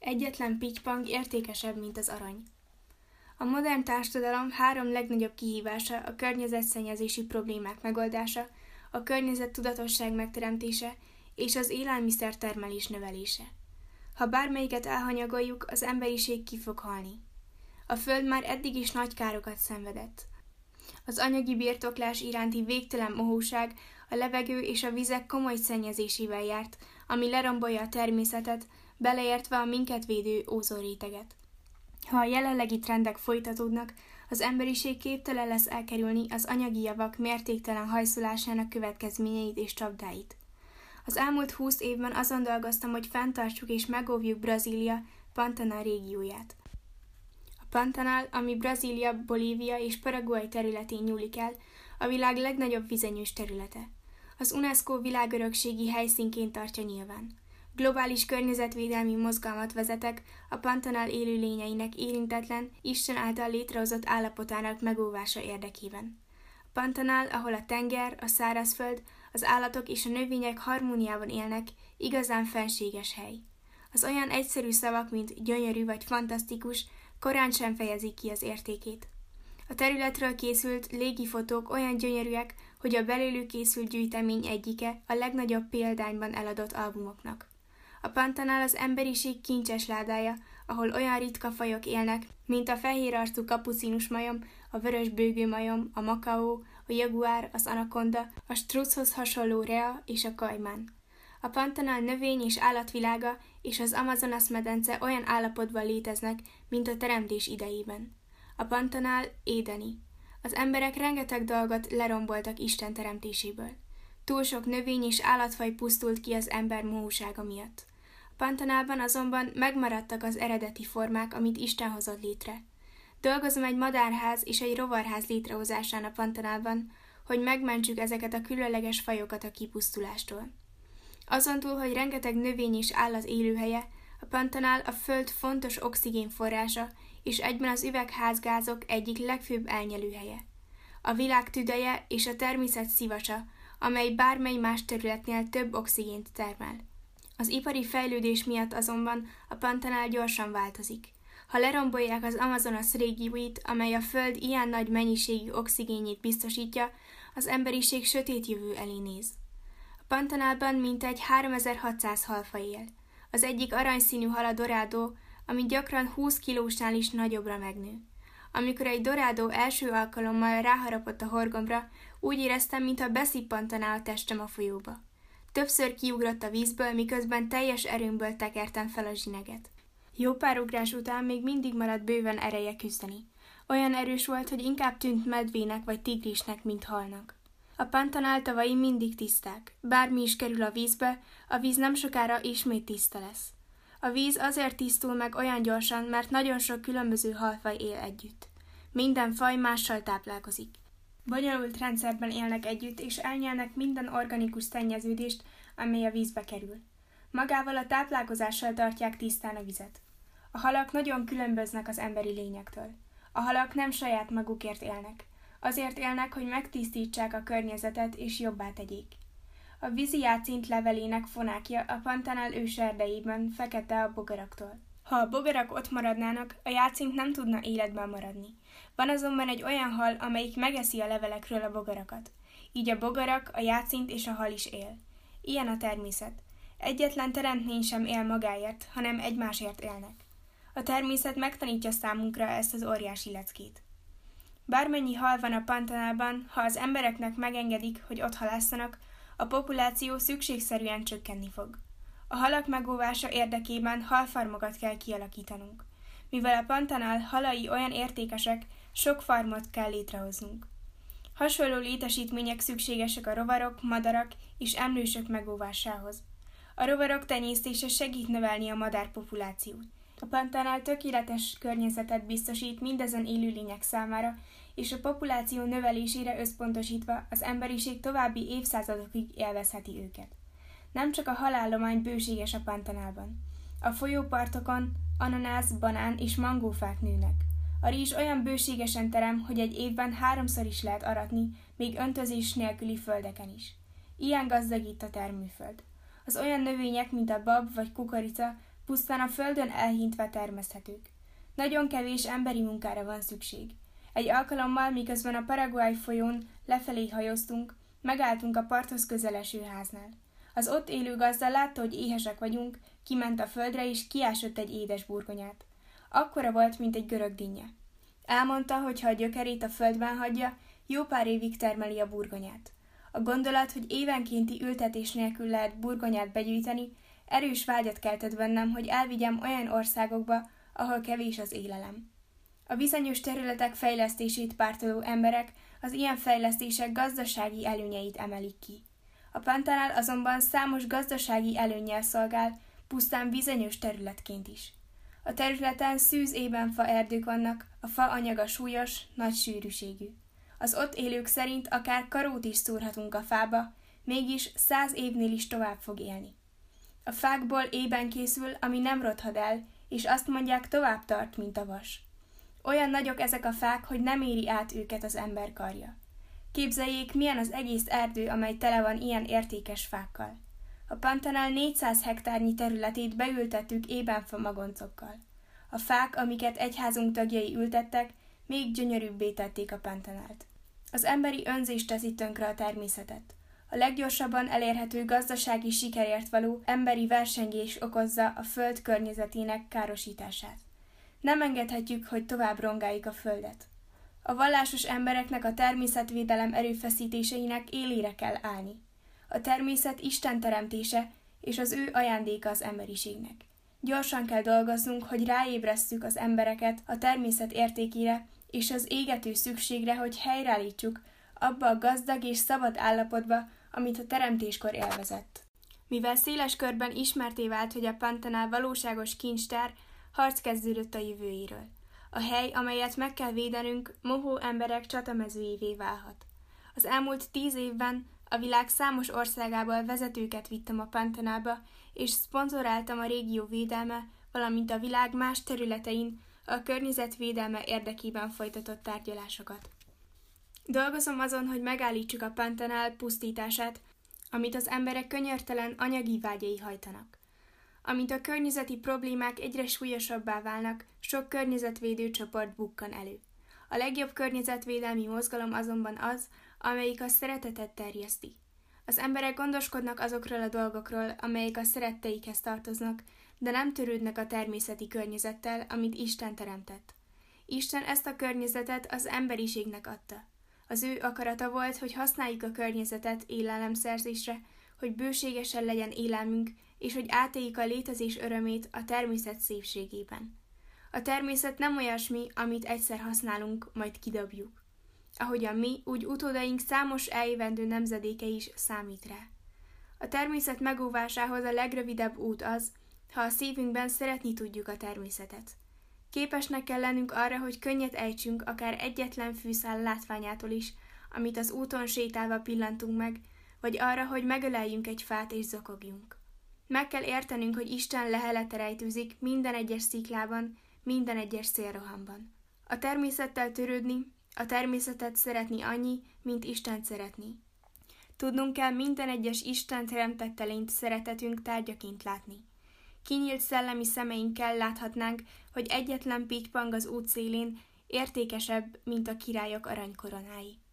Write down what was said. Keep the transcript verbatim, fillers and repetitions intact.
Egyetlen pittypang értékesebb, mint az arany. A modern társadalom három legnagyobb kihívása a környezetszennyezési problémák megoldása, a környezettudatosság megteremtése és az élelmiszertermelés növelése. Ha bármelyiket elhanyagoljuk, az emberiség ki fog halni. A Föld már eddig is nagy károkat szenvedett. Az anyagi birtoklás iránti végtelen mohóság a levegő és a vizek komoly szennyezésével járt, ami lerombolja a természetet, beleértve a minket védő ózonréteget. Ha a jelenlegi trendek folytatódnak, az emberiség képtelen lesz elkerülni az anyagi javak mértéktelen hajszolásának következményeit és csapdáit. Az elmúlt húsz évben azon dolgoztam, hogy fenntartsuk és megóvjuk Brazília Pantanal régióját. A Pantanal, ami Brazília, Bolívia és Paraguay területén nyúlik el, a világ legnagyobb vizenyős területe. Az UNESCO világörökségi helyszínként tartja nyilván. Globális környezetvédelmi mozgalmat vezetek a Pantanal élőlényeinek érintetlen, Isten által létrehozott állapotának megóvása érdekében. A Pantanal, ahol a tenger, a szárazföld, az állatok és a növények harmóniában élnek, igazán fenséges hely. Az olyan egyszerű szavak, mint gyönyörű vagy fantasztikus, korán sem fejezik ki az értékét. A területről készült légifotók olyan gyönyörűek, hogy a belőlük készült gyűjtemény egyike a legnagyobb példányban eladott albumoknak. A Pantanal az emberiség kincses ládája, ahol olyan ritka fajok élnek, mint a fehérarcú kapucinus majom, a vörös bőgő majom, a makaó, a jaguár, az anakonda, a struchoz hasonló rea és a kajmán. A Pantanal növény- és állatvilága és az Amazonas-medence olyan állapotban léteznek, mint a teremtés idejében. A Pantanal édeni. Az emberek rengeteg dolgot leromboltak Isten teremtéséből. Túl sok növény- és állatfaj pusztult ki az ember mohósága miatt. A Pantanalban azonban megmaradtak az eredeti formák, amit Isten hozott létre. Dolgozom egy madárház és egy rovarház létrehozásán a Pantanalban, hogy megmentsük ezeket a különleges fajokat a kipusztulástól. Azon túl, hogy rengeteg növény és állat élőhelye, a Pantanal a Föld fontos oxigénforrása, és egyben az üvegházgázok egyik legfőbb elnyelőhelye. A világ tüdeje és a természet szivacsa, amely bármely más területnél több oxigént termel. Az ipari fejlődés miatt azonban a Pantanal gyorsan változik. Ha lerombolják az Amazonas régióit, amely a Föld ilyen nagy mennyiségű oxigénjét biztosítja, az emberiség sötét jövő elé néz. A Pantanalban mintegy háromezer-hatszáz halfaj él. Az egyik aranyszínű hal a dorado, ami gyakran húsz kilósnál is nagyobbra megnő. Amikor egy dorado első alkalommal ráharapott a horgomra, úgy éreztem, mintha beszippantaná a testem a folyóba. Többször kiugrott a vízből, miközben teljes erőmből tekertem fel a zsineget. Jó pár ugrás után még mindig maradt bőven ereje küzdeni. Olyan erős volt, hogy inkább tűnt medvének vagy tigrisnek, mint halnak. A Pantanal tavai mindig tiszták. Bármi is kerül a vízbe, a víz nem sokára ismét tiszta lesz. A víz azért tisztul meg olyan gyorsan, mert nagyon sok különböző halfaj él együtt. Minden faj mással táplálkozik. Bonyolult rendszerben élnek együtt, és elnyelnek minden organikus szennyeződést, amely a vízbe kerül. Magával a táplálkozással tartják tisztán a vizet. A halak nagyon különböznek az emberi lényektől. A halak nem saját magukért élnek. Azért élnek, hogy megtisztítsák a környezetet és jobbá tegyék. A vízi játszint levelének fonákja a Pantanal őserdeiben fekete a bogaraktól. Ha a bogarak ott maradnának, a játszint nem tudna életben maradni. Van azonban egy olyan hal, amelyik megeszi a levelekről a bogarakat. Így a bogarak, a játszint és a hal is él. Ilyen a természet. Egyetlen teremtmény sem él magáért, hanem egymásért élnek. A természet megtanítja számunkra ezt az óriási leckét. Bármennyi hal van a Pantanalban, ha az embereknek megengedik, hogy ott halászanak, a populáció szükségszerűen csökkenni fog. A halak megóvása érdekében halfarmokat kell kialakítanunk. Mivel a Pantanal halai olyan értékesek, sok farmot kell létrehoznunk. Hasonló létesítmények szükségesek a rovarok, madarak és emlősök megóvásához. A rovarok tenyésztése segít növelni a madárpopulációt. A Pantanal tökéletes környezetet biztosít mindezen élőlények számára, és a populáció növelésére összpontosítva az emberiség további évszázadokig élvezheti őket. Nem csak a halállomány bőséges a Pantanalban. A folyópartokon ananász, banán és mangófák nőnek. A rizs olyan bőségesen terem, hogy egy évben háromszor is lehet aratni, még öntözés nélküli földeken is. Ilyen gazdagít a termőföld. Az olyan növények, mint a bab vagy kukorica, pusztán a földön elhintve termeszthetők. Nagyon kevés emberi munkára van szükség. Egy alkalommal, miközben a Paraguay folyón lefelé hajóztunk, megálltunk a parthoz közeleső háznál. Az ott élő gazda látta, hogy éhesek vagyunk, kiment a földre és kiásott egy édes burgonyát. Akkora volt, mint egy görög dinnye. Elmondta, hogy ha a gyökerét a földben hagyja, jó pár évig termeli a burgonyát. A gondolat, hogy évenkénti ültetés nélkül lehet burgonyát begyűjteni, erős vágyat keltett bennem, hogy elvigyem olyan országokba, ahol kevés az élelem. A bizonyos területek fejlesztését pártoló emberek az ilyen fejlesztések gazdasági előnyeit emelik ki. A Pantanal azonban számos gazdasági előnnyel szolgál, pusztán bizonyos területként is. A területen szűz ébenfa erdők vannak, a fa anyaga súlyos, nagy sűrűségű. Az ott élők szerint akár karót is szúrhatunk a fába, mégis száz évnél is tovább fog élni. A fákból ében készül, ami nem rothad el, és azt mondják, tovább tart, mint a vas. Olyan nagyok ezek a fák, hogy nem éri át őket az ember karja. Képzeljék, milyen az egész erdő, amely tele van ilyen értékes fákkal. A Pantanal négyszáz hektárnyi területét beültettük ébenfa magoncokkal. A fák, amiket egyházunk tagjai ültettek, még gyönyörűbbé tették a Pantanalt. Az emberi önzés teszi tönkre a természetet. A leggyorsabban elérhető gazdasági sikerért való emberi versengés okozza a föld környezetének károsítását. Nem engedhetjük, hogy tovább rongáljuk a földet. A vallásos embereknek a természetvédelem erőfeszítéseinek élére kell állni. A természet Isten teremtése, és az ő ajándéka az emberiségnek. Gyorsan kell dolgoznunk, hogy ráébresszük az embereket a természet értékére, és az égető szükségre, hogy helyreállítsuk abba a gazdag és szabad állapotba, amit a teremtéskor élvezett. Mivel széles körben ismerté vált, hogy a Pantanal valóságos kincstár, harc kezdődött a jövőjéről. A hely, amelyet meg kell védenünk, mohó emberek csatamezőjévé válhat. Az elmúlt tíz évben a világ számos országából vezetőket vittem a Pantanalba, és szponzoráltam a régió védelme, valamint a világ más területein a környezetvédelme érdekében folytatott tárgyalásokat. Dolgozom azon, hogy megállítsuk a Pantanal pusztítását, amit az emberek könyörtelen anyagi vágyai hajtanak. Amint a környezeti problémák egyre súlyosabbá válnak, sok környezetvédő csoport bukkan elő. A legjobb környezetvédelmi mozgalom azonban az, amelyik a szeretetet terjeszti. Az emberek gondoskodnak azokról a dolgokról, amelyek a szeretteikhez tartoznak, de nem törődnek a természeti környezettel, amit Isten teremtett. Isten ezt a környezetet az emberiségnek adta. Az ő akarata volt, hogy használjuk a környezetet élelemszerzésre, hogy bőségesen legyen élelmünk, és hogy átéljük a létezés örömét a természet szépségében. A természet nem olyasmi, amit egyszer használunk, majd kidobjuk. Ahogyan mi, úgy utódaink számos eljövendő nemzedéke is számít rá. A természet megóvásához a legrövidebb út az, ha a szívünkben szeretni tudjuk a természetet. Képesnek kell lennünk arra, hogy könnyet ejtsünk akár egyetlen fűszál látványától is, amit az úton sétálva pillantunk meg, vagy arra, hogy megöleljünk egy fát és zokogjunk. Meg kell értenünk, hogy Isten lehelete rejtőzik minden egyes sziklában, minden egyes szélrohamban. A természettel törődni, a természetet szeretni annyi, mint Istent szeretni. Tudnunk kell minden egyes Isten teremtette lényt szeretetünk tárgyaként látni. Kinyílt szellemi szemeinkkel láthatnánk, hogy egyetlen pittypang az út szélén értékesebb, mint a királyok aranykoronái.